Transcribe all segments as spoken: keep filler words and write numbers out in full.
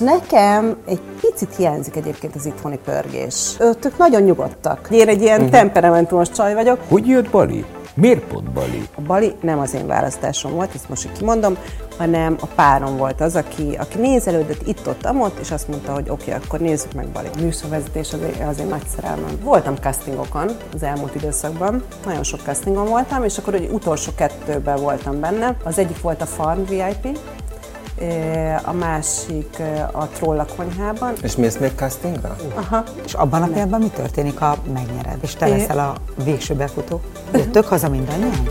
nekem egy picit hiányzik egyébként az itthoni pörgés. Ők nagyon nyugodtak. Én egy ilyen uh-huh. temperamentumos csaj vagyok. Hogy jött Bali? Miért pont Bali? A Bali nem az én választásom volt, ezt most így kimondom, hanem a párom volt az, aki, aki nézelődött itt-ott, amott, és azt mondta, hogy oké, okay, akkor nézzük meg Bali. A műsorvezetés az, az én nagy szerelmem. Voltam castingokon az elmúlt időszakban, nagyon sok castingon voltam, és akkor ugye utolsó kettőben voltam benne. Az egyik volt a Farm vé i pé, a másik a Troll a konyhában. És mész még castingra? Aha. És abban a pillanatban mi történik, ha megnyered, és te leszel a végső befutó? Jöttök haza mindannyian?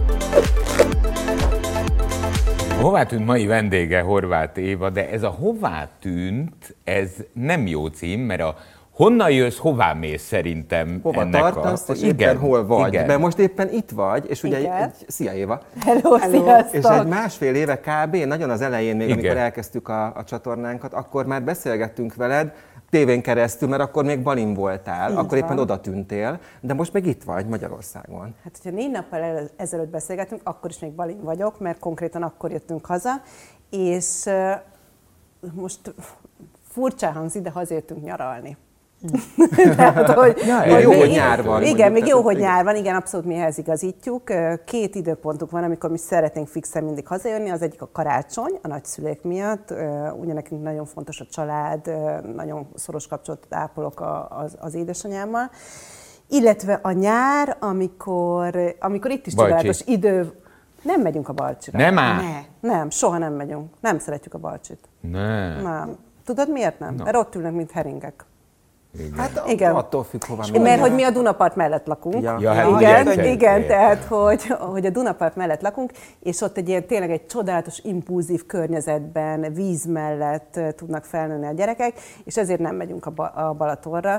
Hová tűnt mai vendége Horváth Éva, de ez a Hová tűnt, ez nem jó cím, mert a honnan jössz, hová mész szerintem hova ennek tartasz, a... és igen, éppen hol vagy. Igen. Mert most éppen itt vagy, és ugye egy, egy... Szia Éva! Hello, Hello. Sziasztok! És egy másfél éve kb. Nagyon az elején még, igen. amikor elkezdtük a, a csatornánkat, akkor már beszélgettünk veled, tévén keresztül, mert akkor még Balin voltál, így akkor van. Éppen oda tűntél, de most meg itt vagy Magyarországon. Hát, hogyha négy nappal ezelőtt beszélgetünk, akkor is még Balin vagyok, mert konkrétan akkor jöttünk haza, és uh, most furcsán hangzik, de hazértünk nyaralni. Tehát, hogy, ja, hogy jó, még, hogy nyár van. Igen, még jó, hogy nyár van, igen, abszolút mihez igazítjuk. Két időpontunk van, amikor mi szeretnénk fixen mindig hazajönni, az egyik a karácsony, a nagyszülők miatt, ugye nekünk nagyon fontos a család, nagyon szoros kapcsolatot ápolok az, az édesanyámmal, illetve a nyár, amikor, amikor itt is csodálatos idő, nem megyünk a Balcsira. Nem áll? Ne. Nem, soha nem megyünk. Nem szeretjük a Balcsit. Nem. Nem. Tudod miért nem? No. Mert ott ülnek, mint heringek. Igen. Hát igen. attól függ, hová megyünk. Mert hogy mi a Dunapart mellett lakunk. Ja, ja, hát igen, igen, igen, igen, tehát hogy, hogy a Dunapart mellett lakunk, és ott egy ilyen tényleg egy csodálatos, impulzív környezetben, víz mellett tudnak felnőni a gyerekek, és ezért nem megyünk a, ba- a Balatonra.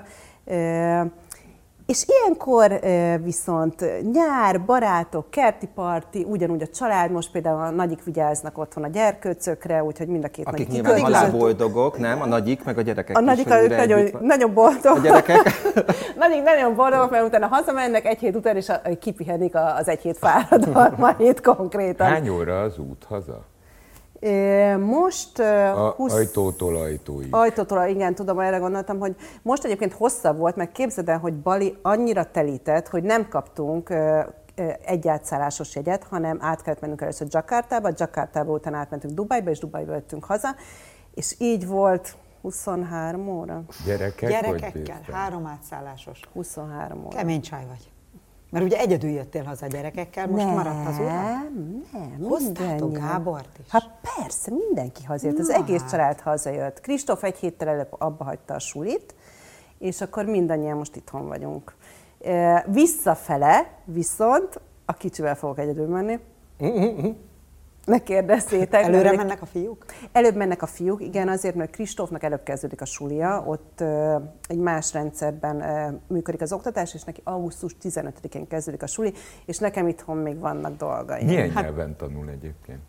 És ilyenkor viszont nyár, barátok, kerti parti, ugyanúgy a család, most például a nagyik vigyáznak otthon a gyerkőcökre, úgyhogy mind a két akik nagyik nyilván halálboldogok, nem? A nagyik, meg a gyerekek a is. nagyik a nagyon, nagyon boldog. A gyerekek? nagyik nagyon boldogok, mert utána hazamennek egy hét után, és kipihenik az egy hét fáradalmait konkrétan. Hány óra az út haza? Most... A húsz... Ajtótól ajtóig. Ajtótól, igen, tudom, erre gondoltam, hogy most egyébként hosszabb volt, mert képzeld el, hogy Bali annyira telített, hogy nem kaptunk egy átszállásos jegyet, hanem át kellett mennünk először Jakartába, Jakartába után átmentünk Dubajba, és Dubajba jöttünk haza, és így volt huszonhárom óra. Gyerekek? Gyerekekkel, három átszállásos. huszonhárom óra. Kemény csaj vagy. Mert ugye egyedül jöttél haza a gyerekekkel, most nem, maradt az utat? Nem, nem. Hoztátok Gábort is? Hát persze, mindenki hazajött, az egész család hazajött. Kristóf egy héttel előbb abba hagyta a sulit, és akkor mindannyian most itthon vagyunk. Visszafele viszont a kicsivel fogok egyedül menni. Ne kérdezzétek. Előre mennek a fiúk? Előbb mennek a fiúk, igen, azért, mert Kristófnak előbb kezdődik a sulia, ott uh, egy más rendszerben uh, működik az oktatás, és neki augusztus tizenötödikén kezdődik a suli, és nekem itthon még vannak dolgaim. Milyen hát, nyelven tanul egyébként?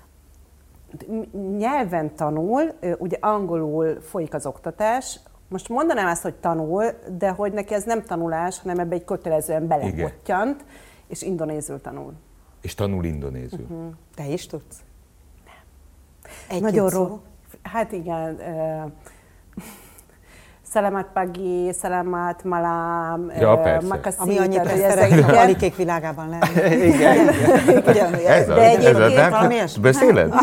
Nyelven tanul, ugye angolul folyik az oktatás. Most mondanám azt, hogy tanul, de hogy neki ez nem tanulás, hanem ebbe egy kötelezően belebottyant, és indonézül tanul. És tanul indonézül. Uh-huh. Te is tudsz? Nem. Egy nagyon rossz. Hát igen. Uh, Szelemat pagi, szelemat malam, ja, uh, makaszi. Ami annyit szeretnék a balikék világában lenni. Igen. igen. Ez de egyébként valami beszéled?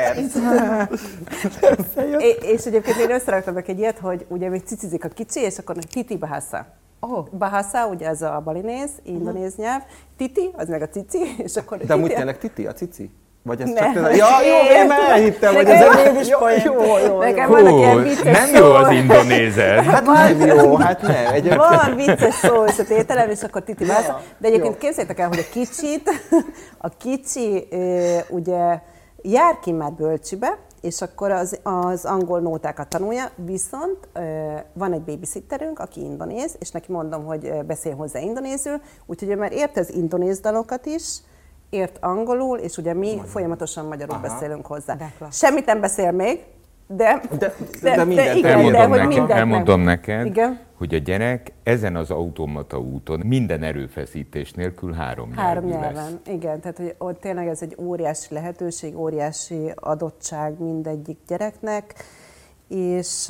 És egyébként én összeraktam meg egy ilyet, hogy ugye még cicizik a kicsi, és akkor Titi Bahasa. Oh. Bahasa, ugye ez a balinéz, indonéz nyelv. Titi, az meg a cici, és akkor... De amúgy tényleg Titi a cici? Vagy ez ne. csak... Ja, jó, én már elhittem, hogy ez egy mégis poén. Jó, jó, jó. Nekem vannak ilyen vicces nem jó az indonézed. Hát nem jó, hát nem. Egyébként. Van vicces szó összetételem, és akkor Titi Bahasa. De egyébként képzeljétek el, hogy a kicsit, a kicsi ugye jár ki már bölcsibe, és akkor az, az angol nótákat tanulja, viszont van egy babysitterünk, aki indonéz, és neki mondom, hogy beszél hozzá indonézül, úgyhogy ő már ért az indonéz dalokat is, ért angolul, és ugye mi magyar. Folyamatosan magyarul Aha. beszélünk hozzá. Semmit nem beszél még, de, de, de, de, de igen, elmondom, de, neked, hogy mindent elmondom neked, igen? hogy a gyerek ezen az automata úton minden erőfeszítés nélkül három, három nyelvű nyelven. lesz. Igen, tehát hogy ott tényleg ez egy óriási lehetőség, óriási adottság mindegyik gyereknek, és,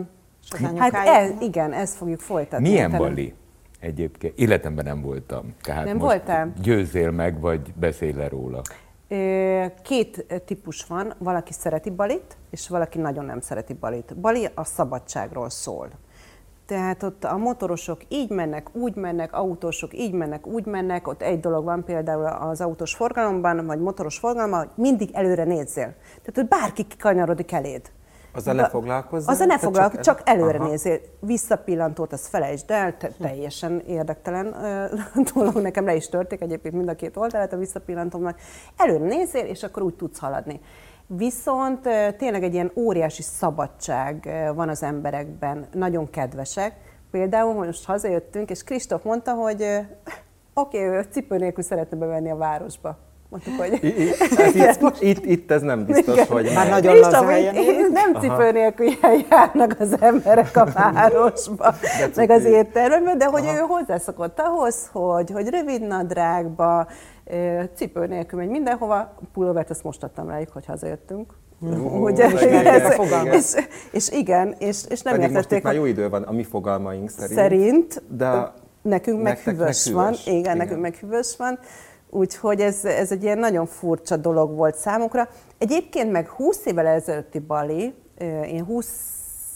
az hát ez, igen, ezt fogjuk folytatni. Milyen Tehát- Bali egyébként? Életemben nem voltam. Tehát Nem most voltál? győzzél meg, vagy beszélj le róla. Ö, Két típus van, valaki szereti Balit, és valaki nagyon nem szereti Balit. Bali a szabadságról szól. Tehát ott a motorosok így mennek, úgy mennek, autósok így mennek, úgy mennek. Ott egy dolog van például az autós forgalomban, vagy motoros forgalomban, hogy mindig előre nézzél. Tehát, hogy bárki kikanyarodik eléd. Azzal ne foglalkozzál? Azzal ne foglalkozzál, csak, csak előre Aha. nézzél. Visszapillantót, azt felejtsd el, te, teljesen érdektelen uh, dolog. Nekem le is törték egyébként mind a két oldalát a visszapillantómnak. Előre nézzél, és akkor úgy tudsz haladni. Viszont uh, tényleg egy ilyen óriási szabadság uh, van az emberekben, nagyon kedvesek. Például most hazajöttünk, és Kristóf mondta, hogy uh, oké, okay, ő cipő nélkül szeretne bevenni a városba. Mondtuk, hogy... I- i- hát itt, itt, itt ez nem biztos, Igen. hogy... Már megy. nagyon Kristóf, laza hogy helyen. én nem cipő nélkül járnak az emberek a városba, meg az éttermekben, de hogy Aha. ő hozzászokott ahhoz, hogy, hogy rövid nadrágba, ö, cipő nélkül megy mindenhova. Pulóvert azt most adtam rájuk, hogy hazajöttünk. Ó, Ugye, igen, ez- igen, fogalmaz. és, és igen, és, és nem Pedig most értették, itt már hogy jó idő van a mi fogalmaink szerint. szerint, De nekünk meg nektek hűvös meg van. hűvös. Igen, Igen. nekünk meg hűvös van. Úgyhogy ez, ez egy ilyen nagyon furcsa dolog volt számunkra. Egyébként meg húsz évvel ezelőtti Bali, én húsz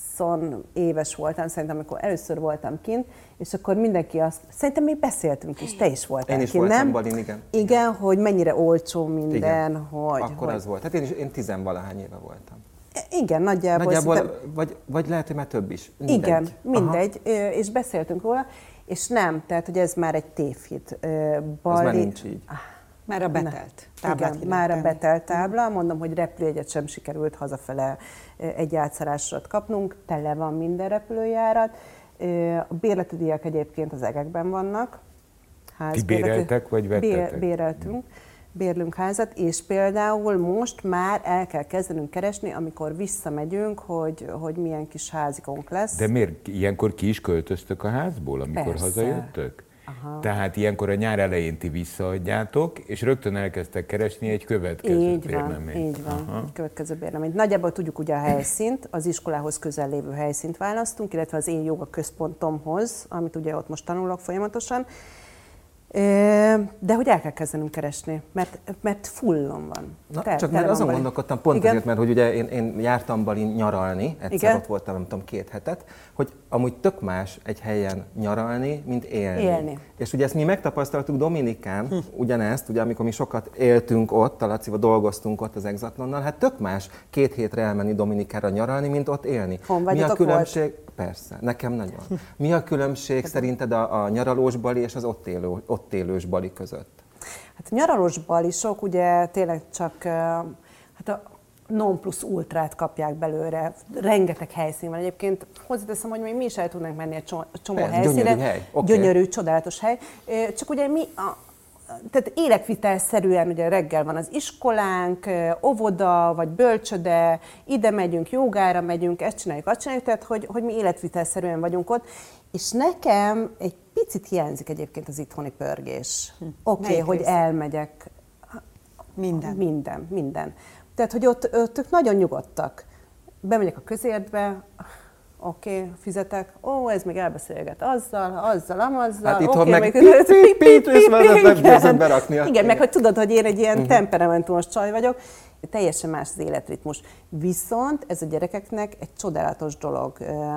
éves voltam, szerintem, amikor először voltam kint, és akkor mindenki azt, szerintem még beszéltünk is, te is voltál Én is kint, voltam nem? Balin, igen. Igen, hogy mennyire olcsó minden, igen. hogy... Akkor hogy... az volt. Hát én is én tizenvalahány éve voltam. Igen, nagyjából. Nagyjából, szerintem- vagy, vagy lehet, hogy már több is. Mindegy. Igen, Aha. mindegy, ö, és beszéltünk róla, és nem, tehát, hogy ez már egy tévhit. Ö, Az Bali... már nincs így. Már a betelt táblát Igen, már a hirdetni. betelt tábla. Mondom, hogy repülőjegyet sem sikerült hazafele egy átszállásra kapnunk, tele van minden repülőjárat. A bérleti díjak egyébként az egekben vannak. Ti béreltek, vagy vettetek? Bér, béreltünk, bérlünk házat, és például most már el kell kezdenünk keresni, amikor visszamegyünk, hogy, hogy milyen kis házikunk lesz. De miért? Ilyenkor ki is költöztök a házból, amikor Persze. hazajöttök? Aha. Tehát ilyenkor a nyár elején ti visszaadjátok, és rögtön elkezdtek keresni egy következő Így van, bérleményt. így van, Aha. egy következő bérleményt. Nagyjából tudjuk ugye a helyszínt, az iskolához közel lévő helyszínt választunk, illetve az én joga központomhoz, amit ugye ott most tanulok folyamatosan. De hogy el kell kezdenünk keresni, mert, mert fullon van. Na, Te, csak tele már van azon Bali. gondolkodtam pont Igen? azért, mert hogy ugye én, én jártam Balin nyaralni, egyszer Igen? ott voltam, nem tudom, két hetet, hogy amúgy tök más egy helyen nyaralni, mint élni. Élni. És ugye ezt mi megtapasztaltuk Dominikán, hm. ugyanezt, ugye amikor mi sokat éltünk ott, a Lacival dolgoztunk ott az Exatlonnal, hát tök más két hétre elmenni Dominikára nyaralni, mint ott élni. Hon mi a vagytok különbség? Volt? Persze, nekem nagyon. Mi a különbség szerinted a, a nyaralós Bali és az ott, élő, ott élős Bali között? Hát a nyaralós balisok ugye tényleg csak uh, hát a non plus ultrát kapják belőle, rengeteg helyszín van. Egyébként hozzáteszem, hogy még mi is el tudnánk menni egy csomó, csomó Persze, helyszínre. gyönyörű hely. Okay. Gyönyörű, csodálatos hely. Uh, csak ugye mi a tehát életvitelszerűen ugye reggel van az iskolánk, óvoda vagy bölcsöde, ide megyünk, jogára megyünk, ezt csináljuk, azt csináljuk, tehát hogy, hogy mi életvitelszerűen vagyunk ott. És nekem egy picit hiányzik egyébként az itthoni pörgés. Hm. Oké, okay, hogy része? elmegyek. Minden. Minden, minden. Tehát, hogy ott, ott ők nagyon nyugodtak. Bemegyek a közértbe, oké, okay, fizetek, ó, ez még elbeszélget azzal, azzal, amazzal. Hát itthon okay, meg még pip, pip, pip, és már nem győzöm berakni. Igen, meg hogy tudod, hogy én egy ilyen uh-huh. temperamentumos csaj vagyok, teljesen más az életritmus. Viszont ez a gyerekeknek egy csodálatos dolog.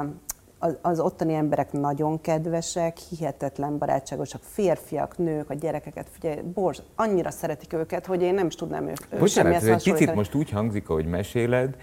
Az, az ottani emberek nagyon kedvesek, hihetetlen barátságosak, férfiak, nők, a gyerekeket, figyelj, borz, annyira szeretik őket, hogy én nem is tudnám ők Bocsánat, ez egy picit most úgy hangzik, ahogy meséled,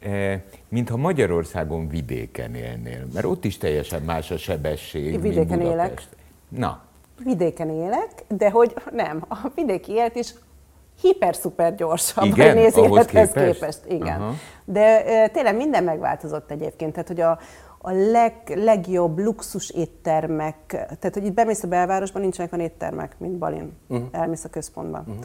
mintha Magyarországon vidéken élnél, mert ott is teljesen más a sebesség, vidéken mint élek. Budapest. Na. Vidéken élek, de hogy nem, a vidéki élet is hiper-szuper gyorsabb Igen? a néz Ahhoz élethez képest? képest. Igen. Aha. De e, tényleg minden megváltozott egyébként, tehát hogy a, a leg, legjobb luxus éttermek, tehát hogy itt bemész a belvárosban, nincsenek olyan éttermek, mint Balin, uh-huh. elmész a központban. Uh-huh.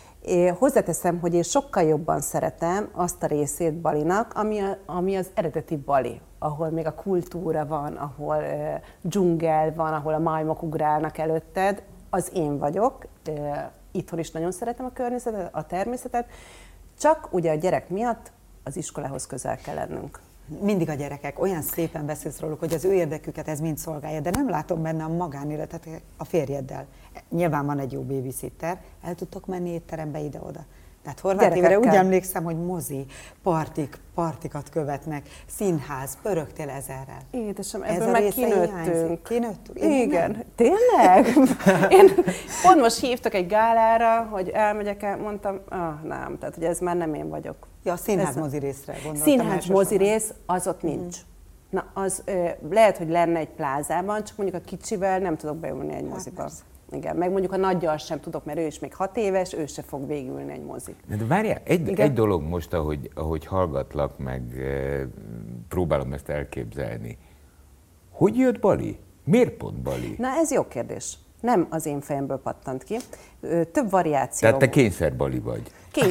Én hozzáteszem, hogy én sokkal jobban szeretem azt a részét Balinak, ami, a, ami az eredeti Bali, ahol még a kultúra van, ahol uh, dzsungel van, ahol a majmok ugrálnak előtted, az én vagyok. Uh, itthon is nagyon szeretem a környezetet, a természetet, csak ugye a gyerek miatt az iskolához közel kell lennünk. Mindig a gyerekek, olyan szépen beszélsz róluk, hogy az ő érdeküket ez mind szolgálja, de nem látom benne a magánéletet a férjeddel. Nyilván van egy jó babysitter, el tudtok menni étterembe ide-oda. Tehát Horváth úgy emlékszem, hogy mozi, partik, partikat követnek, színház, pörögtél ezerrel. Édesem, ebből meg kinőttünk. Kinőttünk? Igen. Nem. Tényleg? Én pont most hívtak egy gálára, hogy elmegyek el, mondtam, ah, nem, tehát hogy ez már nem én vagyok. Ja, a színház mozi részre gondoltam. Színház mozi rész, az ott nincs. Mm. Na, az ö, lehet, hogy lenne egy plázában, csak mondjuk a kicsivel nem tudok beülni egy moziba. Hát, igen, meg mondjuk a nagyjal sem tudok, mert ő is még hat éves, ő se fog végülni egy mozik. De várjál, egy, egy dolog most, ahogy, ahogy hallgatlak, meg e, próbálom ezt elképzelni. Hogy jött Bali? Miért pont Bali? Na, ez jó kérdés. Nem az én fejemből pattant ki. Több variáció. Tehát te kényszerbali vagy.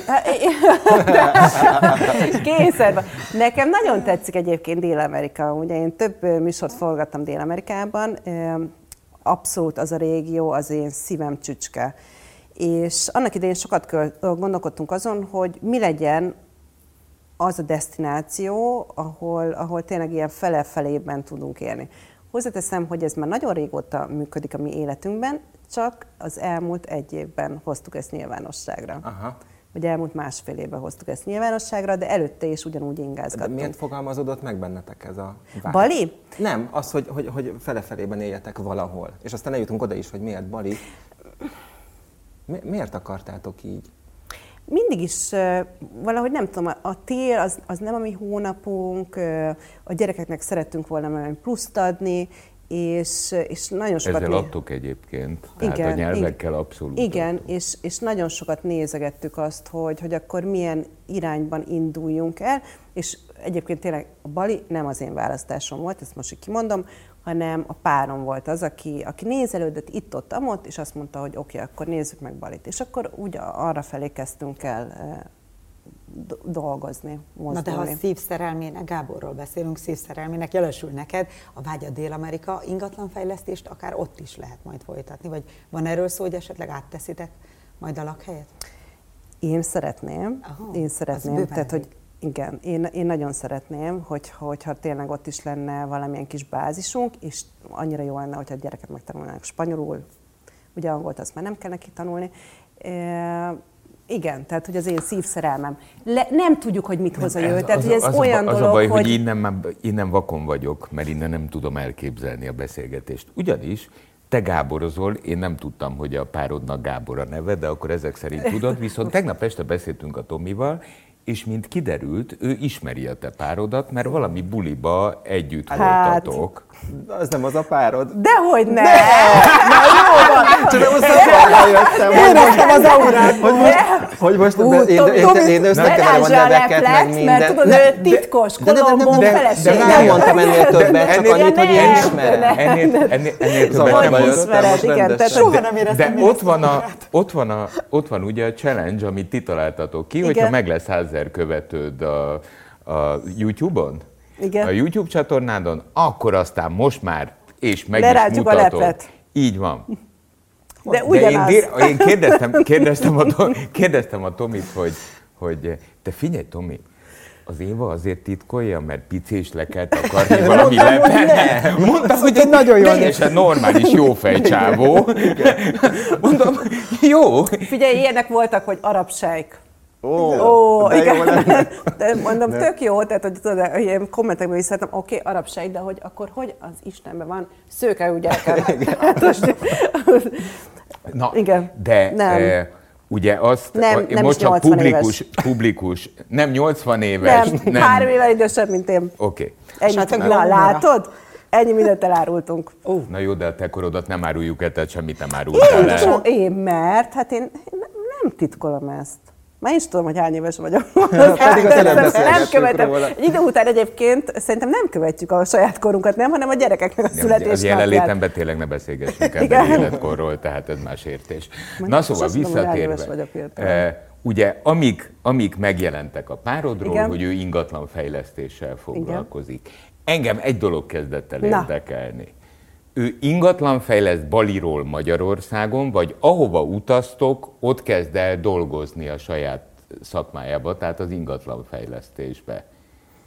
Kényszerben. Nekem nagyon tetszik egyébként Dél-Amerika. Ugye én több műsort forgattam Dél-Amerikában. Abszolút az a régió az én szívem csücske. És annak idején sokat gondolkodtunk azon, hogy mi legyen az a desztináció, ahol, ahol tényleg ilyen fele-felében tudunk élni. Hozzáteszem, hogy ez már nagyon régóta működik a mi életünkben, csak az elmúlt egy évben hoztuk ezt nyilvánosságra. Aha. Vagy elmúlt másfél évben hoztuk ezt nyilvánosságra, de előtte is ugyanúgy ingázgattunk. De miért fogalmazódott meg bennetek ez a vágy? Bali? Nem, az, hogy, hogy, hogy fele-felében éljetek valahol. És aztán eljutunk oda is, hogy miért Bali. Mi, miért akartátok így? Mindig is valahogy nem tudom, a tél az, az nem a mi hónapunk, a gyerekeknek szerettünk volna valami pluszt adni, és, és nagyon sokat... Ezzel adtuk egyébként, tehát igen, a nyelvekkel abszolút. Igen, és, és nagyon sokat nézegettük azt, hogy, hogy akkor milyen irányban induljunk el, és egyébként tényleg a Bali nem az én választásom volt, ezt most így kimondom, hanem a párom volt az, aki, aki nézelődött itt-ott, amott, és azt mondta, hogy oké, okay, akkor nézzük meg Balit. És akkor úgy arra felé kezdtünk el dolgozni, mozdulni. Na de ha szívszerelmének, Gáborról beszélünk, szívszerelmének jelesül neked, a vágy a Dél-Amerika ingatlanfejlesztést akár ott is lehet majd folytatni, vagy van erről szó, hogy esetleg átteszitek majd a lakhelyet? Én szeretném, Aha, én szeretném, tehát hogy igen, én, én nagyon szeretném, hogy, hogyha tényleg ott is lenne valamilyen kis bázisunk, és annyira jó lenne, hogyha a gyerekek megtanulnának spanyolul, ugye angolt azt már nem kell neki tanulni. E, igen, tehát hogy az én szívszerelmem. Le, nem tudjuk, hogy mit hoz a jövő, tehát hogy ez az olyan a, az dolog, a baj, hogy... hogy innen, innen vakon vagyok, mert innen nem tudom elképzelni a beszélgetést. Ugyanis te Gáborozol, én nem tudtam, hogy a párodnak Gábor a neve, de akkor ezek szerint tudod, viszont tegnap este beszéltünk a Tomival, és mint kiderült, ő ismeri a te párodat, mert valami buliba együtt hát, voltatok. Az nem az a párod. Dehogy ne! ne! Na jó van! Csak nem azt a jöttem. Én raktam az aurát. Hogy most, hogy most Ú, én, én, én összekeverem a neveket, meg minden. Mert tudod, ő titkos, Kolombó felesége. De nem mondtam ennél többet, csak annyit, hogy én ismerem. Ennél többet nem mondtam. Soha nem éreztem. De ott van ugye a challenge, amit ti találtatok ki, hogyha meg lesz százezer követőd a, a YouTube-on, igen. a YouTube csatornádon, akkor aztán most már, és meg Lerátjuk is mutatod. A leplet. Így van. De, De én, én kérdeztem, kérdeztem, a, kérdeztem a Tomit, hogy, hogy te figyelj, Tomi, az Éva azért titkolja, mert pici és le kell takarni valami lepet. Mondtam, hogy egy nagyon jó, teljesen normális, jó fejcsávó. Mondom, jó. Figyelj, ilyenek voltak, hogy arab sejk. Ó, oh, igen. De mondom, tök jó, tehát hogy tudod, ilyen kommentekben is szeretem, oké, okay, arab sejk, de hogy akkor hogy az Istenben van szőke gyerekem. Na, igen. De nem. Ugye azt, nem, a, nem most csak publikus, publikus, nem nyolcvan éves. Nem, nem. három évvel idősebb, mint én. Oké. Okay. Ennyit, na, látod? Ennyi mindent elárultunk. Uh. Na jó, de a te korodat nem áruljuk el, tehát semmit nem árultál el. Én, én, mert hát én, én nem titkolom ezt. Már én is tudom, hogy hány éves vagyok. Pedig az nem követem. Egy idő után egyébként szerintem nem követjük a saját korunkat, nem, hanem a gyerekeknek a születésnapját. Az jelenlétemben tényleg ne beszélgessünk ebben életkorról, tehát ez más értés. Na szóval visszatérve, eh, ugye amíg, amíg megjelentek a párodról, igen. hogy ő ingatlanfejlesztéssel foglalkozik, igen. engem egy dolog kezdett el érdekelni. Ő ingatlanfejleszt Baliról Magyarországon, vagy ahova utaztok, ott kezd el dolgozni a saját szakmájába, tehát az ingatlanfejlesztésbe.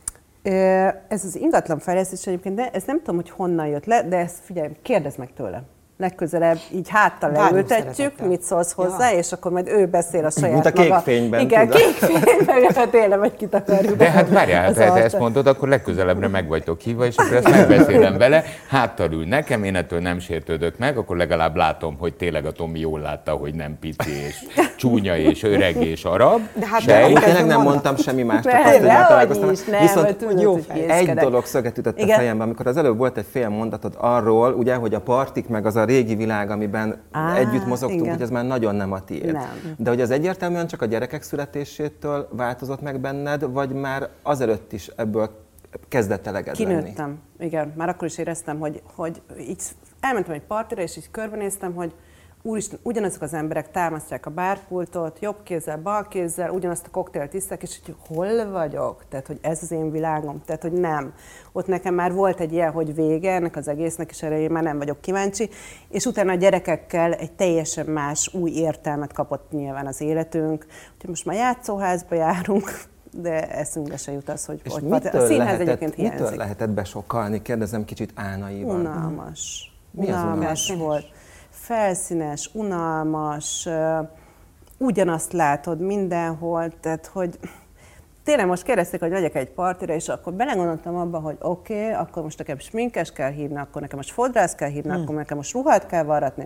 Ez az ingatlanfejlesztés egyébként, de ez nem tudom, hogy honnan jött le, de ezt figyelj, kérdezd meg tőle. Legközelebb így háttal leültetjük, mit szólsz hozzá, ja. és akkor majd ő beszél a saját Mint a kék fényben. Igen, kék fényben, hát tényleg, vagy kitakarjuk. De hát várjál, ha ezt mondod, akkor legközelebbre meg vagytok hívva, és akkor ezt megbeszélem vele, háttal ül nekem, én ettől nem sértődök meg, akkor legalább látom, hogy tényleg a Tomi jól látta, hogy nem pici, és csúnya, és öreg, és arab. De hát de tényleg nem mondtam semmi mást, csak azt, hogy találkoztam. Viszont jó, egy dolog szöget ütött a fejembe, amikor az előbb volt egy fél mondatod arról, ugye, hogy a partik meg az a régi világ, amiben Á, együtt mozogtunk, igen. hogy ez már nagyon nem a tiéd. Nem. De hogy az egyértelműen csak a gyerekek születésétől változott meg benned, vagy már azelőtt is ebből kezdett eleged lenni? Kinőttem, igen. Már akkor is éreztem, hogy, hogy így elmentem egy partira, és így körbenéztem, hogy úristen, ugyanazok az emberek támasztják a bárpultot, jobb kézzel, bal kézzel, ugyanazt a koktélt iszák, és hogy hol vagyok? Tehát, hogy ez az én világom. Tehát, hogy nem. Ott nekem már volt egy ilyen, hogy vége ennek az egésznek, és erre én már nem vagyok kíváncsi. És utána a gyerekekkel egy teljesen más, új értelmet kapott nyilván az életünk. Úgyhogy most már játszóházba járunk, de eszünkbe se jut az, hogy és hogy mitől a színház lehetett, egyébként hiányzik. Mitől lehetett besokkalni? Kérdezem kicsit Ánaiban. Unalmas. Mi az unalmas volt. Felszínes, unalmas, uh, ugyanazt látod mindenhol, tehát hogy tényleg most kérdezték, hogy megyek egy partira, és akkor belegondoltam abba, hogy oké, okay, akkor most nekem sminkes kell hívni, akkor nekem most fodrász kell hívni, hmm. akkor nekem most ruhát kell varratni.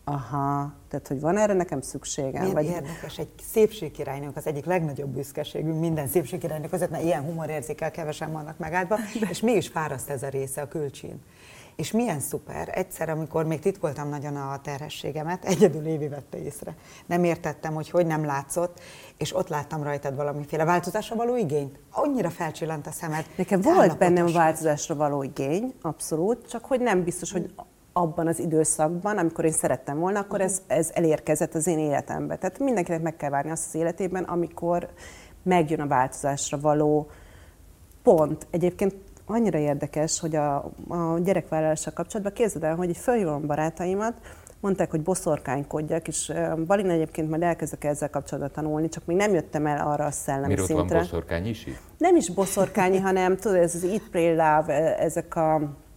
Aha, tehát hogy van erre nekem szükségem. Milyen vagy... érdekes, egy szépségkirálynőnk az egyik legnagyobb büszkeségünk minden szépségkirálynők között, mert ilyen humorérzékkel kevesen vannak megáldva, és mégis fáraszt ez a része, a külcsín. És milyen szuper, egyszer, amikor még titkoltam nagyon a terhességemet, egyedül Évi vette észre. Nem értettem, hogy hogy nem látszott, és ott láttam rajtad valamiféle változásra való igényt. Annyira felcsillant a szemed. Nekem volt bennem változásra való igény, abszolút, csak hogy nem biztos, hogy abban az időszakban, amikor én szerettem volna, akkor ez, ez elérkezett az én életembe. Tehát mindenkinek meg kell várni azt az életében, amikor megjön a változásra való pont. Egyébként annyira érdekes, hogy a, a gyerekvállalással kapcsolatban képzeld el, hogy így fölhívom barátaimat, mondták, hogy boszorkánykodjak, és Balin egyébként majd elkezdek ezzel kapcsolatban tanulni, csak még nem jöttem el arra a szellemi szintre. Miért van boszorkány is itt? Nem is boszorkányi, hanem tudod, ez az Eat, Pray, Love, ezek a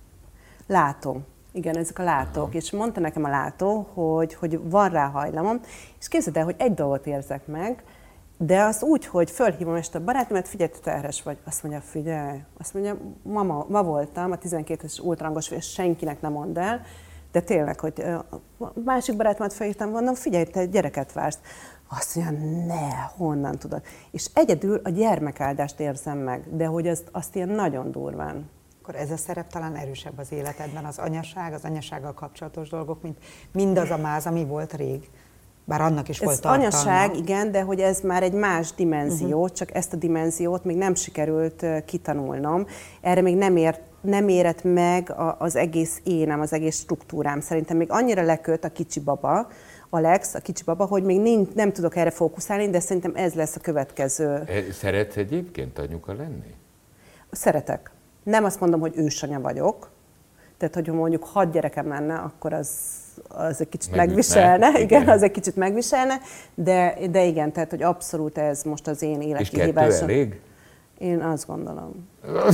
látom. Igen, ezek a látók. Aha. És mondta nekem a látó, hogy, hogy van rá hajlamom, és képzeld el, hogy egy dolgot érzek meg, de az úgy, hogy fölhívom este a barátomat, figyelj, te terhes vagy. Azt mondja, figyelj, azt mondja, mama, ma voltam a tizenkét éves ultrahangos, és senkinek nem mondd el, de tényleg, hogy a másik barátomat felhívtam, mondom, figyelj, te gyereket vársz. Azt mondja, ne, honnan tudod? És egyedül a gyermekáldást érzem meg, de hogy azt, azt ilyen nagyon durván. Akkor ez a szerep talán erősebb az életedben, az anyaság, az anyasággal kapcsolatos dolgok, mint mindaz a máz, ami volt rég. Bár annak is ez volt tartalma. Anyaság, igen, de hogy ez már egy más dimenzió, uh-huh. csak ezt a dimenziót még nem sikerült kitanulnom. Erre még nem, ért, nem érett meg az egész énem, az egész struktúrám. Szerintem még annyira leköt a kicsi baba, Alex, a kicsi baba, hogy még nincs, nem tudok erre fókuszálni, de szerintem ez lesz a következő. Szeretsz egyébként anyuka lenni? Szeretek. Nem azt mondom, hogy ősanya vagyok, tehát hogyha mondjuk hat gyerekem lenne, akkor az, az egy kicsit Megütne, megviselne, igen, igen, az egy kicsit megviselne, de, de igen, tehát hogy abszolút ez most az én életi hívásom. És kettő elég? Én azt gondolom.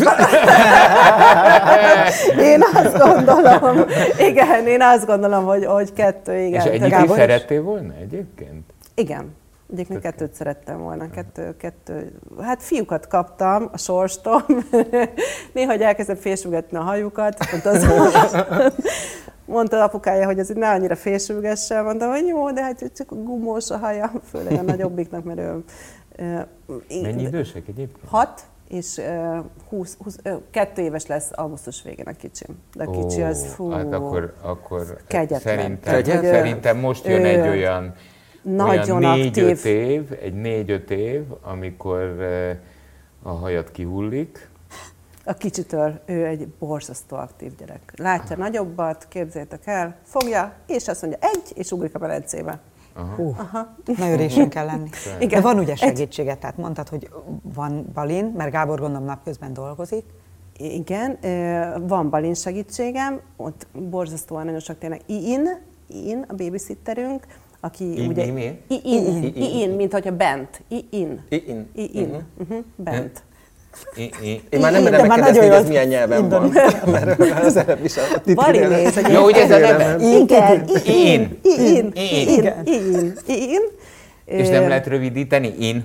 Én azt gondolom. Igen, én azt gondolom, hogy, hogy kettő, igen. És ennyit is szerettél volna egyébként? Igen. Egyébként kettőt szerettem volna, kettő, kettő, hát fiúkat kaptam a sorstól, néha elkezdem fésülgetni a hajukat, az, mondta apukája, hogy ez ne annyira fésülgesse, mondtam, hogy jó, de hát csak gumós a haja, főleg a nagyobbiknak, mert ő... Mennyi idősek egyébként? Hat, és húsz, húsz, kettő éves lesz augusztus végén a kicsim. De a kicsi az, fú, hát akkor, akkor kegyetlen. Szerintem, tehát, szerintem most jön ő, egy olyan... Nagyon olyan aktív. négy-öt év, egy négy-öt év, amikor a hajad kihullik. A kicsitől ő egy borzasztó aktív gyerek. Látja Aha. nagyobbat, képzeljétek el, fogja, és azt mondja egy, és ugrik a medencébe. Aha. Hú, Aha. Nagyon résen kell lenni. Igen. De van ugye segítséget, tehát mondtad, hogy van Balin, mert Gábor gondolom napközben dolgozik. Igen, van Balin segítségem, ott borzasztóan nagyon sok tényleg. Iin, Iin, a babysitterünk, aki I, ugye... I, mi? I-in, I-in, mint hogyha bent. I-in. I-in. I-in, uh-huh. Uh-huh. Bent. Én, én, én már nem merem megkérdezni, hogy ez milyen nyelven van. Mert az előbb is a Balinéz. Jó, hogy ez a neve? Igen. Én. Én. Én. Én. Én. És nem lehet rövidíteni? Én.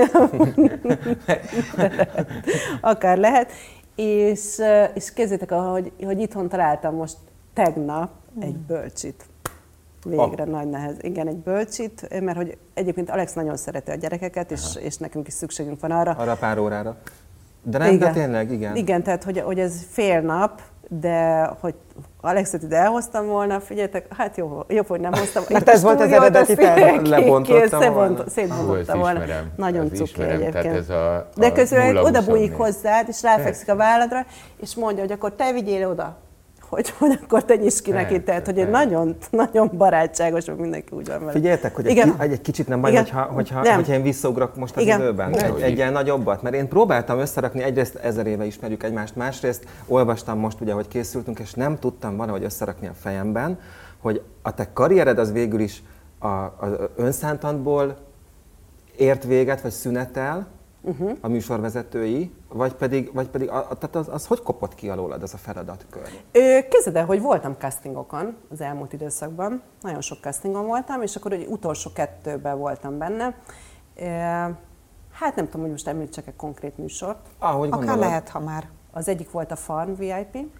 Akár lehet. És, és képzeljétek, hogy, hogy itthon találtam most tegnap egy bölcsit. Végre ah. nagy nehez. Igen, egy bölcsit, mert hogy egyébként Alex nagyon szereti a gyerekeket, és, és nekünk is szükségünk van arra. Arra pár órára. De nem, igen. De tényleg, igen. Igen, tehát hogy, hogy ez fél nap, de hogy Alexet ide elhoztam volna, figyeljetek, hát jó, jobb, hogy nem hoztam. Mert ez volt az eredeti terv. Lebontottam volna. Szétbontottam volna. Nagyon cuki egyébként. A, a de közben oda bújik hozzád, és ráfekszik a válladra, és mondja, hogy akkor te vigyél oda. Hogy, hogy akkor te nyisd ki neki, tehát hogy egy nagyon, nagyon barátságos, hogy mindenki úgy van vele. Figyeljetek, hogy egy, ki, egy kicsit nem baj, igen. hogyha, hogyha, nem. hogyha én visszaugrok most az igen. időben, igen. egy, egy ilyen nagyobbat, mert én próbáltam összerakni, egyrészt ezer éve ismerjük egymást, másrészt olvastam most ugye, hogy készültünk, és nem tudtam valahogy összerakni a fejemben, hogy a te karriered az végül is az önszántatból ért véget, vagy szünetel, uh-huh. a műsorvezetői, vagy pedig, vagy pedig a, tehát az, az hogy kopott ki alólad ez a feladatkör? Képzeld el, hogy voltam castingokon az elmúlt időszakban, nagyon sok castingon voltam, és akkor hogy utolsó kettőben voltam benne. Hát nem tudom, hogy most említsek egy konkrét műsort. Ahogy akár gondolod. Lehet, ha már. Az egyik volt a Farm vé i pé,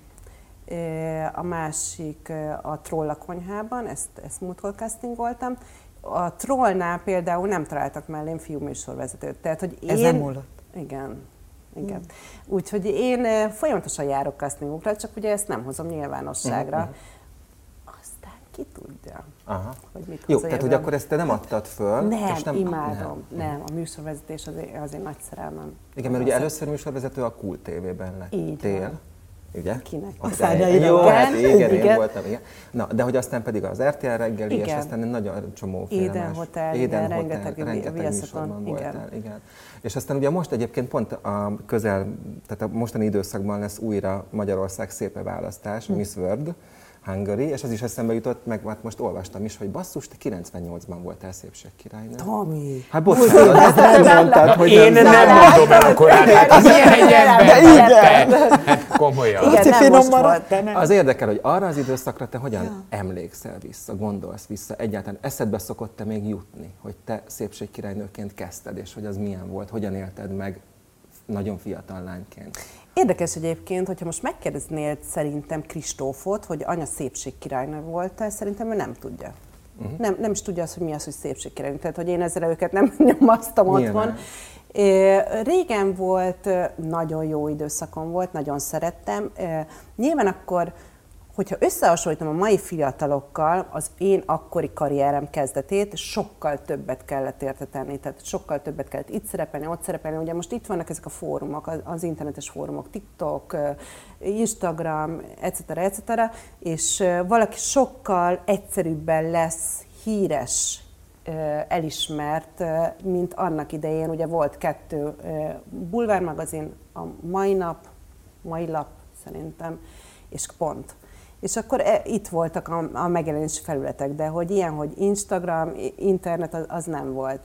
a másik a Troll a konyhában, ezt, ezt múltkor castingoltam. A Trollnál például nem találtak mellém fiú műsorvezetőt. Tehát, hogy én... Ez nem múlott. Igen. Igen. Mm. Úgyhogy én folyamatosan járok castingokra, csak ugye ezt nem hozom nyilvánosságra. Mm-hmm. Aztán ki tudja, aha. hogy mit jó, tehát hogy akkor ezt te nem adtad föl? Nem, és nem imádom. Nem. nem, a műsorvezetés az én, az én nagy szerelmem. Igen, mert ugye először műsorvezető a Kult té vében lettél. Ugye? Kinek? A szárnyai jó, hát igen, igen, én voltam, igen. Na, de hogy aztán pedig az er té el reggeli, igen. És aztán egy nagyon csomóféle Éden más. Hotel, Éden igen, Hotel, rengeteg, rengeteg műsorban voltál, igen. És aztán ugye most egyébként pont a közel, tehát a mostani időszakban lesz újra Magyarország szépe választás, hm. Miss World Hungary, és az is eszembe jutott, meg hát most olvastam is, hogy basszus, te kilencvennyolcban voltál szépségkirálynő. Tomi! Hát bocsánat, ezt nem mondtad, hogy én nem, nem mondom el korán, hát milyen egy ember, hát komolyan. Igen, nem most volt. Az érdekel, hogy arra az időszakra te hogyan ja. emlékszel vissza, gondolsz vissza, egyáltalán eszedbe szokott-e még jutni, hogy te szépségkirálynőként kezdted, és hogy az milyen volt, hogyan élted meg nagyon fiatal lányként? Érdekes egyébként, hogyha most megkérdeznél szerintem Kristófot, hogy anya szépségkirálynő volt-e, szerintem ő nem tudja. Uh-huh. Nem, nem is tudja azt, hogy mi az, hogy szépségkirálynő. Tehát, hogy én ezzel őket nem nyomasztam otthon. Régen volt, nagyon jó időszakom volt, nagyon szerettem. Nyilván akkor, hogyha összehasonlítom a mai fiatalokkal, az én akkori karrierem kezdetét, sokkal többet kellett érte tenni, tehát sokkal többet kellett itt szerepelni, ott szerepelni. Ugye most itt vannak ezek a fórumok, az, az internetes fórumok, TikTok, Instagram, et cetera, et cetera, és valaki sokkal egyszerűbben lesz híres, elismert, mint annak idején. Ugye volt kettő bulvármagazin, a Mai Nap, Mai Lap szerintem, és pont. És akkor e, itt voltak a, a megjelenési felületek, de hogy ilyen, hogy Instagram, internet, az, az nem volt.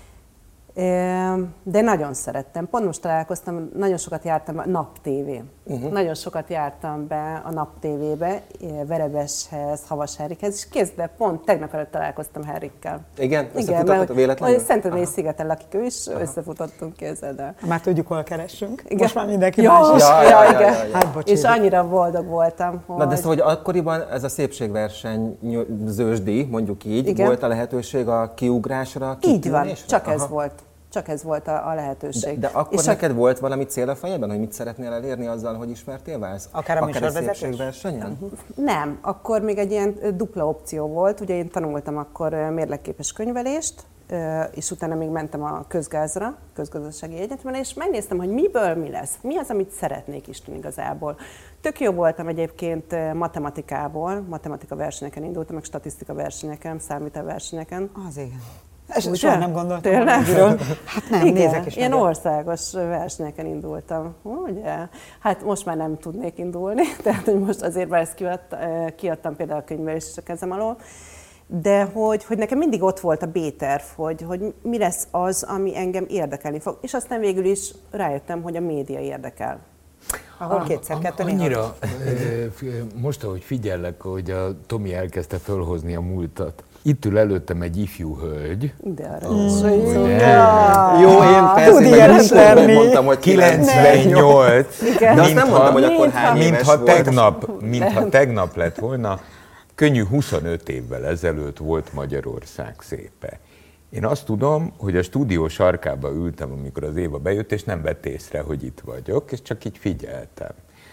E, de nagyon szerettem. Pont most találkoztam, nagyon sokat jártam a Nap té vé. Uh-huh. Nagyon sokat jártam be a Nap té vébe, Verebeshez, Havas Henrikhez, és kézbe pont tegnap előtt találkoztam Henrikkel. Igen? Összefutottak véletlenül? Szentendrei szigeten lakik ő is, aha. Összefutottunk, képzeld el. Már tudjuk, hol keressünk. Igen. Most már mindenki ja, más is. Ja, ja, ja, ja, ja, ja. Hát, és annyira boldog voltam, hogy... Na de szóval, hogy akkoriban ez a szépségverseny zősdi, mondjuk így, igen. volt a lehetőség a kiugrásra, így van, csak aha. ez volt. Csak ez volt a, a lehetőség. De, de akkor és neked a... volt valami cél a fejedben, hogy mit szeretnél elérni azzal, hogy ismertél válsz? Akár a műsorvezetés? Szépségversenyen? Nem, akkor még egy ilyen dupla opció volt. Ugye én tanultam akkor mérlegképes könyvelést, és utána még mentem a közgázra, közgazdasági egyetemre, és megnéztem, hogy miből mi lesz, mi az, amit szeretnék Isten igazából. Tök jó voltam egyébként matematikából, matematika versenyeken indultam, meg statisztika versenyeken, számvitál versenyeken. Az igen. És soha nem gondoltam Tényleg? Hát nem, igen, nézek is. Ilyen nagyon. Országos versenyeken indultam, ugye? Hát most már nem tudnék indulni, tehát hogy most azért már ezt kiadt, kiadtam például a könyvelést is a kezem alól. de hogy, hogy nekem mindig ott volt a B-terv, hogy, hogy mi lesz az, ami engem érdekelni fog. És aztán végül is rájöttem, hogy a média érdekel. Ahol kétszer kettő Annyira, most ahogy figyellek, hogy a Tomi elkezdte fölhozni a múltat. Itt ül előttem egy ifjú hölgy. De arra oh, is. Jó, én persze, meg mondtam, hogy kilencvennyolc. De azt nem mondtam, hogy akkor hány éves mintha volt. tegnap, mintha tegnap lett volna, könnyű huszonöt évvel ezelőtt volt Magyarország szépe. Én azt tudom, hogy a stúdió sarkába ültem, amikor az Éva bejött, és nem vett észre, hogy itt vagyok, és csak így figyeltem.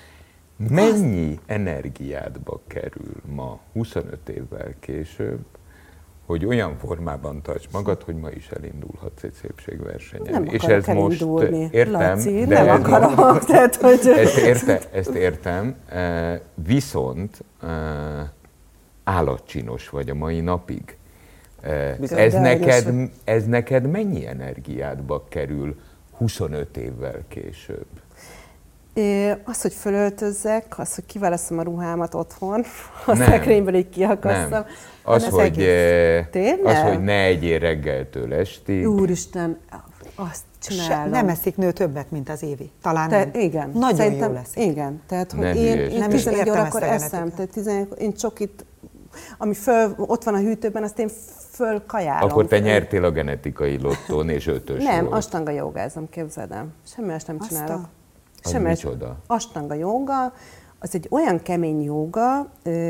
Mennyi energiádba kerül ma, huszonöt évvel később, hogy olyan formában tarts magad, hogy ma is elindulhatsz egy szépségversenyen. Nem és ez most értem, Laci, de nem akarok. Tehát, hogy... ezt, érte, ezt értem, viszont állatcsinos vagy a mai napig. Ez neked, ez neked mennyi energiádba kerül huszonöt évvel később? É, az, hogy fölöltözzek, az, hogy kiválasztom a ruhámat otthon, a szekrényből így kiakasszam. Az, hogy, az, hogy ne egyél reggeltől estig. Úristen, azt csinálom. Se, nem eszik nő többet, mint az Évi. Talán Te, nem. Igen. Nagyon Szerintem, jó lesz. Igen, tehát hogy ne én, én nem tizenegy órakor eszem, tehát tizenegy, én csokit, ami föl, ott van a hűtőben, azt én fölkajálom. Akkor te nyertél a genetikai lottón, és ötös Nem, volt. astanga jogázom, képzeld el. Semmi más nem csinálok. Aztán? Az Semmi micsoda? Astanga jóga, az egy olyan kemény jóga,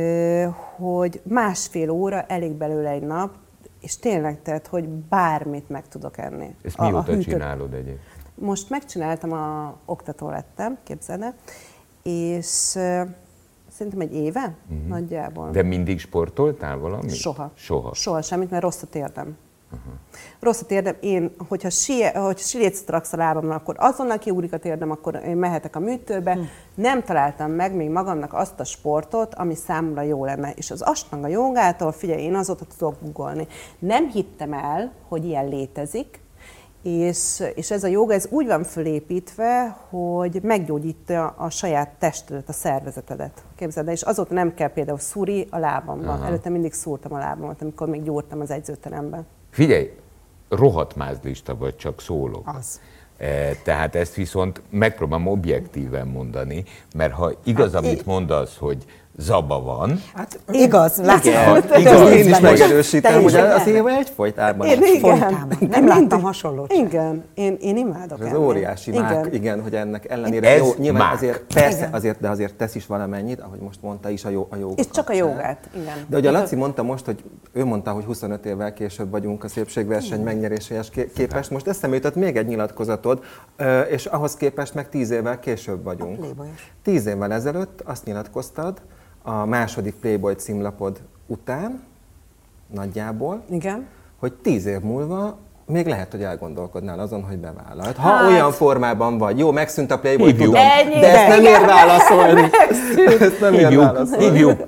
hogy másfél óra elég belőle egy nap, és tényleg, tehát, hogy bármit meg tudok enni. Ezt mióta csinálod egyébként? Most megcsináltam, a oktató lettem, képzeld el, és szerintem egy éve uh-huh. nagyjából. De mindig sportoltál valamit? Soha. Soha. Soha semmit, mert rossz a térdem. Uh-huh. Rossz a térdem, én, hogyha, sie, hogyha silécet raksz a lábamra, akkor azonnal kiugrik a térdem, akkor én mehetek a műtőbe. Hmm. Nem találtam meg még magamnak azt a sportot, ami számomra jó lenne. És az astanga jogától, figyelj, én azóta tudok googolni. Nem hittem el, hogy ilyen létezik, és, és ez a jóga, ez úgy van fölépítve, hogy meggyógyítja a saját testedet, a szervezetedet. Képzeld el, és azóta nem kell például szúri a lábamban. Aha. Előtte mindig szúrtam a lábamat, amikor még gyúrtam az edzőteremben. Figyelj, rohadt mázlista vagy, csak szólok. Az. E, tehát ezt viszont megpróbálom objektíven mondani, mert ha igaz, hát, amit mondasz, hogy zaba van. Hát igaz, látod. Igaz, én is megerősítem, hogy az Éva egyfolytában. Én igen. Nem láttam hasonlót. Igen, én, én imádok Ez enni. óriási igen. mák, igen, hogy ennek ellenére Ez jó, nyilván mák. azért, persze, Igen. azért, de azért tesz is valamennyit, ahogy most mondta is a, jó, a jóga. És csak a kapcsán. jogát, igen. De ugye a Laci mondta most, hogy ő mondta, hogy huszonöt évvel később vagyunk a szépségverseny megnyeréséhez képest. Most eszembe jutott még egy nyilatkozatod, és ahhoz képest meg tíz évvel később vagyunk. Tíz évvel ezelőtt azt nyilatkoztad, a második Playboy címlapod után, nagyjából, igen. hogy tíz év múlva még lehet, hogy elgondolkodnál azon, hogy bevállalt. Ha Hát, olyan formában vagy. Jó, megszűnt a Playboy, hívjuk. tudom, Ennyi, de ezt nem ér válaszolni. Ezt nem ér Hívjuk. válaszolni. Hívjuk.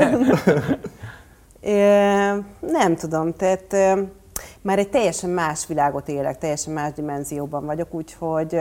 Nem tudom, tehát e, már egy teljesen más világot élek, teljesen más dimenzióban vagyok, úgyhogy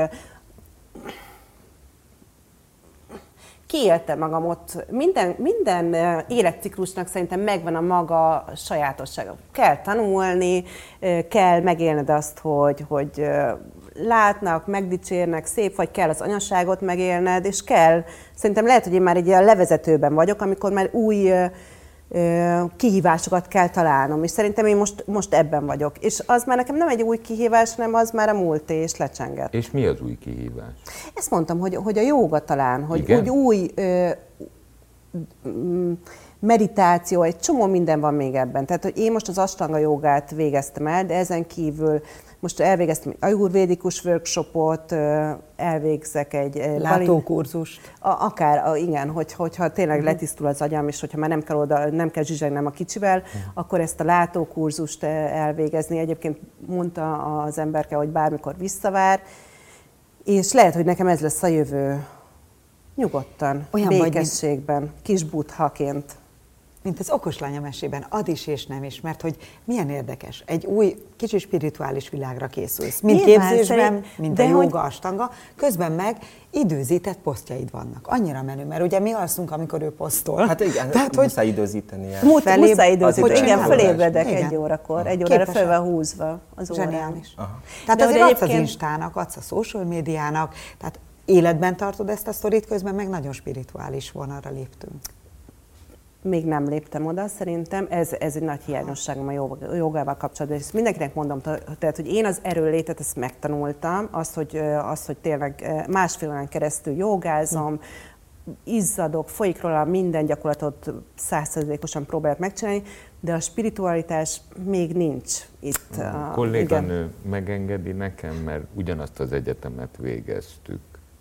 kiéltem magam ott. Minden, minden életciklusnak szerintem megvan a maga sajátossága. Kell tanulni, kell megélned azt, hogy, hogy látnak, megdicsérnek, szép vagy, kell az anyaságot megélned, és kell, szerintem lehet, hogy én már egy ilyen levezetőben vagyok, amikor már új kihívásokat kell találnom, és szerintem én most, most ebben vagyok. És az már nekem nem egy új kihívás, hanem az már a múlté, és lecsengett. És mi az új kihívás? Ezt mondtam, hogy, hogy a jóga talán, hogy, hogy új ö, meditáció, egy csomó minden van még ebben. Tehát, hogy én most az astanga jogát végeztem el, de ezen kívül most elvégeztem egy ajurvédikus workshopot, elvégzek egy látókurzust. Akár, igen, hogy, hogyha tényleg uh-huh. letisztul az agyam, és hogyha már nem kell oda, nem kell zsizsegnem a kicsivel, uh-huh. akkor ezt a látókurzust elvégezni. Egyébként mondta az emberke, hogy bármikor visszavár, és lehet, hogy nekem ez lesz a jövő. Nyugodtan, olyan békességben, vagy, kis buddhaként. mint az okoslánya mesében, ad is és nem is, mert hogy milyen érdekes, egy új, kicsi spirituális világra készülsz, mind Nyilván képzésben, szerint, mint a jóga, astanga, közben meg időzített posztjaid vannak. Annyira menő, mert ugye mi alszunk, amikor ő posztol. Hát igen, tehát, hogy muszáj időzíteni. Muszáj időzíteni, igen, fölébredek igen. egy órakor, egy órára föl van húzva az órán. Zseniális. Tehát azért adsz az Instának, adsz a social médiának, tehát életben tartod ezt a sztorit, közben meg nagyon spirituális vonalra léptünk. Még nem léptem oda, szerintem ez, ez egy nagy hiányosságom a jogával kapcsolatban. És mindenkinek mondom, tehát, hogy én az erőlétet ezt megtanultam, azt, hogy, azt, hogy tényleg másfél órán keresztül jogázom, izzadok, folyik róla minden gyakorlatot százszerzékosan próbálok megcsinálni, de a spiritualitás még nincs itt. A kolléganő igen. megengedi nekem, mert ugyanazt az egyetemet végeztük.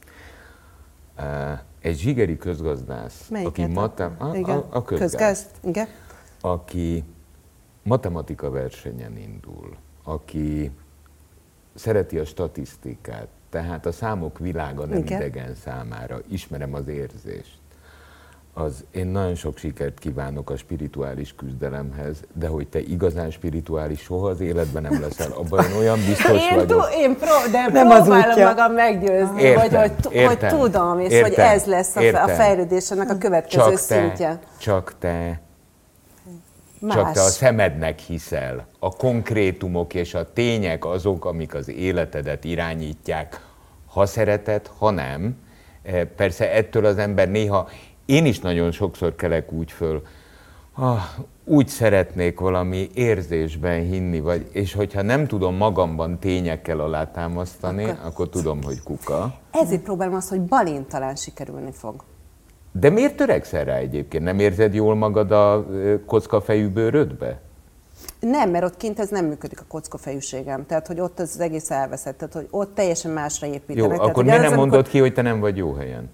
Egy zsigeri közgazdász, Melyiket? aki matem- a, igen. a, a közgazdász, Közgazd, igen. aki matematika versenyen indul, aki szereti a statisztikát, tehát a számok világa nem igen. idegen számára, ismerem az érzést. Az én nagyon sok sikert kívánok a spirituális küzdelemhez, de hogy te igazán spirituális soha az életben nem leszel, abban én olyan biztos én vagyok. T- én pró- de nem próbálom magam meggyőzni, értem, vagy hogy, értem, hogy tudom, és értem, hogy ez lesz a, értem. a fejlődésnek a következő csak te, szintje. Csak te, Más. csak te a szemednek hiszel. A konkrétumok és a tények azok, amik az életedet irányítják, ha szereted, ha nem. Persze ettől az ember néha, én is nagyon sokszor kelek úgy föl, ah, úgy szeretnék valami érzésben hinni, vagy, és hogyha nem tudom magamban tényekkel alátámasztani, akkor, akkor tudom, hogy kuka. Ezért próbálom azt, hogy Balin talán sikerülni fog. De miért törekszel rá egyébként? Nem érzed jól magad a kockafejű bőrödbe? Nem, mert ott kint ez nem működik a kockafejűségem. Tehát, hogy ott az egész elveszett. Tehát, hogy ott teljesen másra építenek. Jó, tehát, akkor miért nem mondod amikor... ki, hogy te nem vagy jó helyen?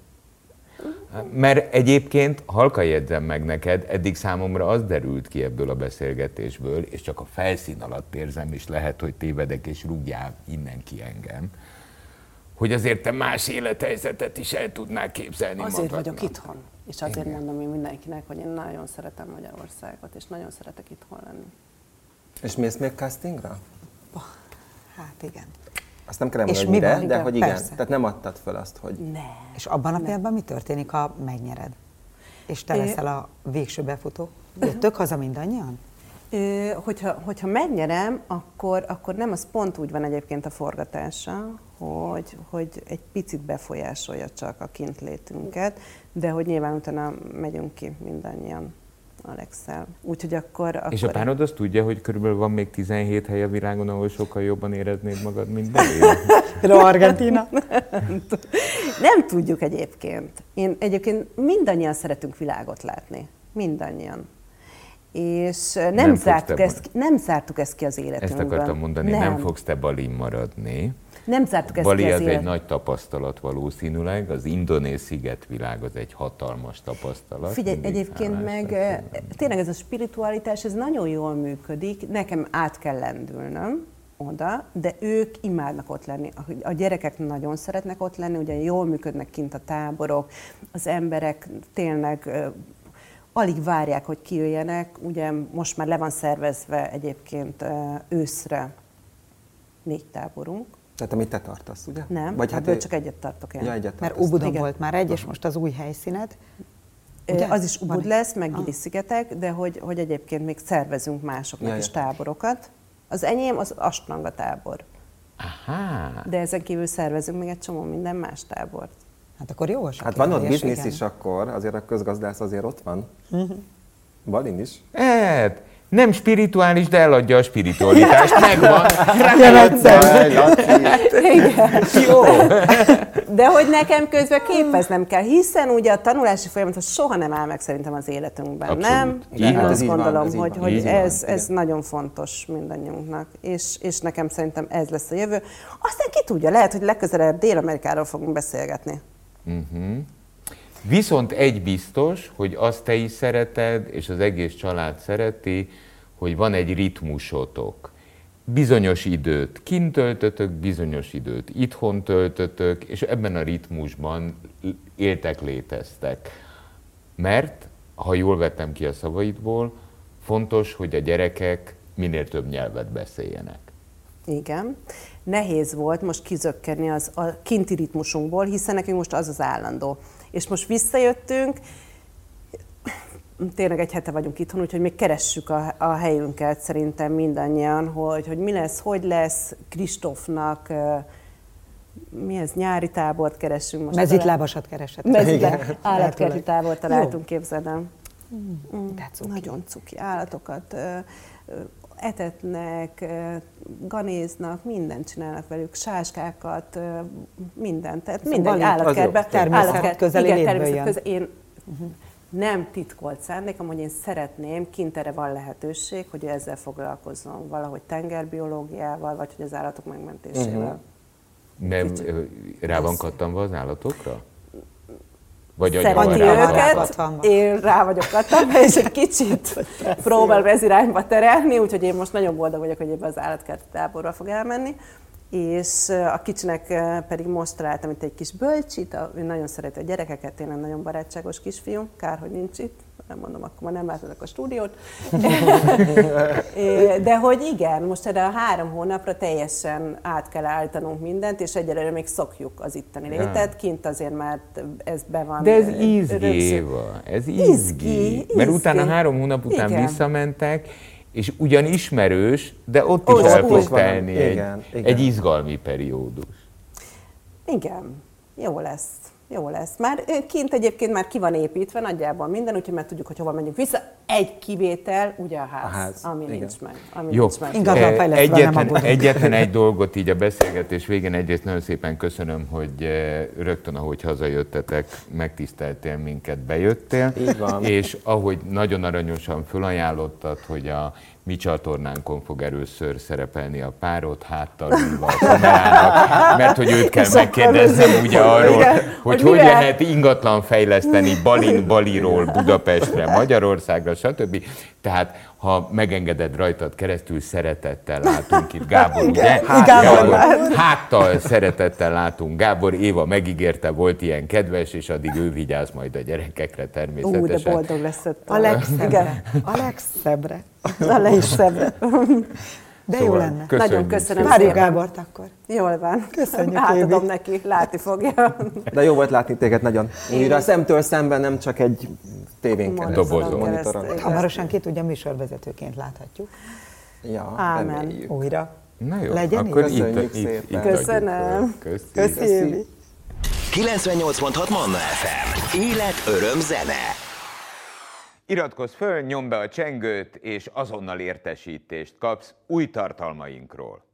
Mert egyébként, halkan jegyzem meg neked, eddig számomra az derült ki ebből a beszélgetésből, és csak a felszín alatt érzem, és lehet, hogy tévedek, és rúgjál innen ki engem, hogy azért te más élethelyzetet is el tudnál képzelni azért magadnak. Vagyok itthon, és azért igen. mondom én mindenkinek, hogy én nagyon szeretem Magyarországot, és nagyon szeretek itthon lenni. És mész még castingra? Hát igen. Azt nem kell mondani, hogy mire, de hogy igen. Persze. Tehát nem adtad föl azt, hogy... Ne. És abban a pillanatban mi történik, ha megnyered? És te leszel a végső befutó? Jöttök haza mindannyian? Ö, hogyha, hogyha megnyerem, akkor, akkor nem, az pont úgy van egyébként a forgatása, hogy, hogy egy picit befolyásolja csak a kintlétünket, de hogy nyilván utána megyünk ki mindannyian Alexszel. Úgyhogy akkor, akkor... És a párod azt tudja, hogy körülbelül van még tizenhét hely a világon, ahol sokkal jobban éreznéd magad, mint belül? Argentina? Nem tudjuk egyébként. Én egyébként mindannyian szeretünk világot látni. Mindannyian. És nem, nem, zártuk ezt, nem zártuk ezt ki az életünkben. Ezt akartam mondani, nem, nem fogsz te Balin maradni. Nem zártuk ezt Bali ki az, az élet... egy nagy tapasztalat valószínűleg, az indonéz szigetvilág az egy hatalmas tapasztalat. Figyelj, egyébként meg lesz, tényleg ez a spiritualitás, ez nagyon jól működik, nekem át kell lendülnöm oda, de ők imádnak ott lenni. A gyerekek nagyon szeretnek ott lenni, ugye jól működnek kint a táborok, az emberek tényleg alig várják, hogy kijöjjenek, ugye most már le van szervezve egyébként őszre négy táborunk. Tehát amit te tartasz, ugye? Nem, vagy hát ő... csak egyet tartok én. Ja, egyet mert Ubudon volt már egy, és most az új helyszíned. Ugye? Az is Ubud lesz, meg Gili-szigetek, de hogy, hogy egyébként még szervezünk másoknak ja, is táborokat. Az enyém az Astanga tábor. Aha. De ezen kívül szervezünk még egy csomó minden más tábort. Hát akkor jó, hát van ott biznisz igen. is akkor, azért a közgazdász azért ott van. Uh-huh. Balin is. Hát, nem spirituális, de eladja a spiritualitást. Megvan. Igen. Jó. De hogy nekem közben képeznem kell, hiszen ugye a tanulási folyamat az soha nem áll meg szerintem az életünkben, abszolút. Nem? Én hát azt gondolom, van, hogy, hogy ez, ez nagyon fontos mindannyiunknak, és, és nekem szerintem ez lesz a jövő. Aztán ki tudja, lehet, hogy legközelebb Dél-Amerikáról fogunk beszélgetni. Uh-huh. Viszont egy biztos, hogy azt te is szereted, és az egész család szereti, hogy van egy ritmusotok. Bizonyos időt kint töltötök, bizonyos időt itthon töltötök, és ebben a ritmusban éltek, léteztek. Mert ha jól vettem ki a szavaidból, fontos, hogy a gyerekek minél több nyelvet beszéljenek. Igen. Nehéz volt most kizökkenni az, a kinti ritmusunkból, hiszen nekünk most az az állandó. És most visszajöttünk, tényleg egy hete vagyunk itthon, úgyhogy még keressük a, a helyünket szerintem mindannyian, hogy, hogy mi lesz, hogy lesz Kristófnak, mi ez, nyári tábort keressünk most. Mezitlábasat keresett. Mezitlábasat, állatkerti tábort találtunk, képzeld el. Mm, cuki. Nagyon cuki állatokat etetnek, ganéznak, mindent csinálnak velük, sáskákat, mindent. Tehát szóval minden állatkertben. Természet közeli létből jön. Közel, én uh-huh. nem titkolt szándékom, hogy én szeretném, kint erre van lehetőség, hogy ezzel foglalkozzon, valahogy tengerbiológiával, vagy hogy az állatok megmentésével. Uh-huh. Nem, rá van kattanva az állatokra? Vagy szereti őket, én rá vagyok kattanva, és egy kicsit próbálom ez irányba terelni, úgyhogy én most nagyon boldog vagyok, hogy ebbe az állatkerti táborba fog elmenni. És a kicsinek pedig most találtam itt egy kis bölcsit, ő nagyon szereti a gyerekeket, tényleg nagyon barátságos kisfiú, kár, hogy nincs itt, nem mondom, akkor már nem látodok a stúdiót. De hogy igen, most erre a három hónapra teljesen át kell állítanunk mindent, és egyelőre még szokjuk az itteni létet, kint azért már ez be van. De ez izgi, Éva, ez izgi, izgi mert izgi. Utána három hónap után igen. visszamentek, és ugyan ismerős, de ott is el fog telni egy, igen, igen. egy izgalmi periódus. Igen, jó lesz, jó lesz. Már kint egyébként már ki van építve nagyjából minden, úgyhogy már tudjuk, hogy hova megyünk vissza. Egy kivétel, ugye a ház, a ház ami igen. nincs meg. Ami jó, nincs meg. Ingatlan egyetlen, egyetlen egy dolgot így a beszélgetés végén, egyrészt nagyon szépen köszönöm, hogy rögtön ahogy hazajöttetek, megtiszteltél minket, bejöttél. Így van. És ahogy nagyon aranyosan fölajánlottad, hogy a mi csatornánkon fog először szerepelni a párod, háttal ülve a kamerának, mert hogy őt kell megkérdeznem ugye arról, igen, hogy hogy, hogy lehet ingatlan fejleszteni Balin-Baliról Budapestre, Magyarországra, stb. Tehát ha megengeded rajtad keresztül, szeretettel látunk itt. Gábor, ugye? Hát, Gábor, háttal szeretettel látunk. Gábor, Éva megígérte, volt ilyen kedves, és addig ő vigyáz majd a gyerekekre természetesen. Ú, de boldog lesz ott. A legszebbre. A legszebbre. A legszebbre. De szóval jó lenne. Nagyon köszönöm. Várjuk Gábort akkor. Jól van. Köszönjük, átadom neki, látni fogja. De jó volt látni téged nagyon. Újra szemtől szemben, nem csak egy tévén keresztül. Dobozon. Monitoron. Hamarosan ki tudja, műsorvezetőként láthatjuk. Ja, ámen. reméljük. Újra. Na jó, legyen akkor köszönjük itt, szépen. Itt, köszönöm. Köszönöm. Köszönjük. kilencvennyolc pont hat Manna ef em. Élet, öröm, zene. Iratkozz föl, nyomd be a csengőt, és azonnal értesítést kapsz új tartalmainkról.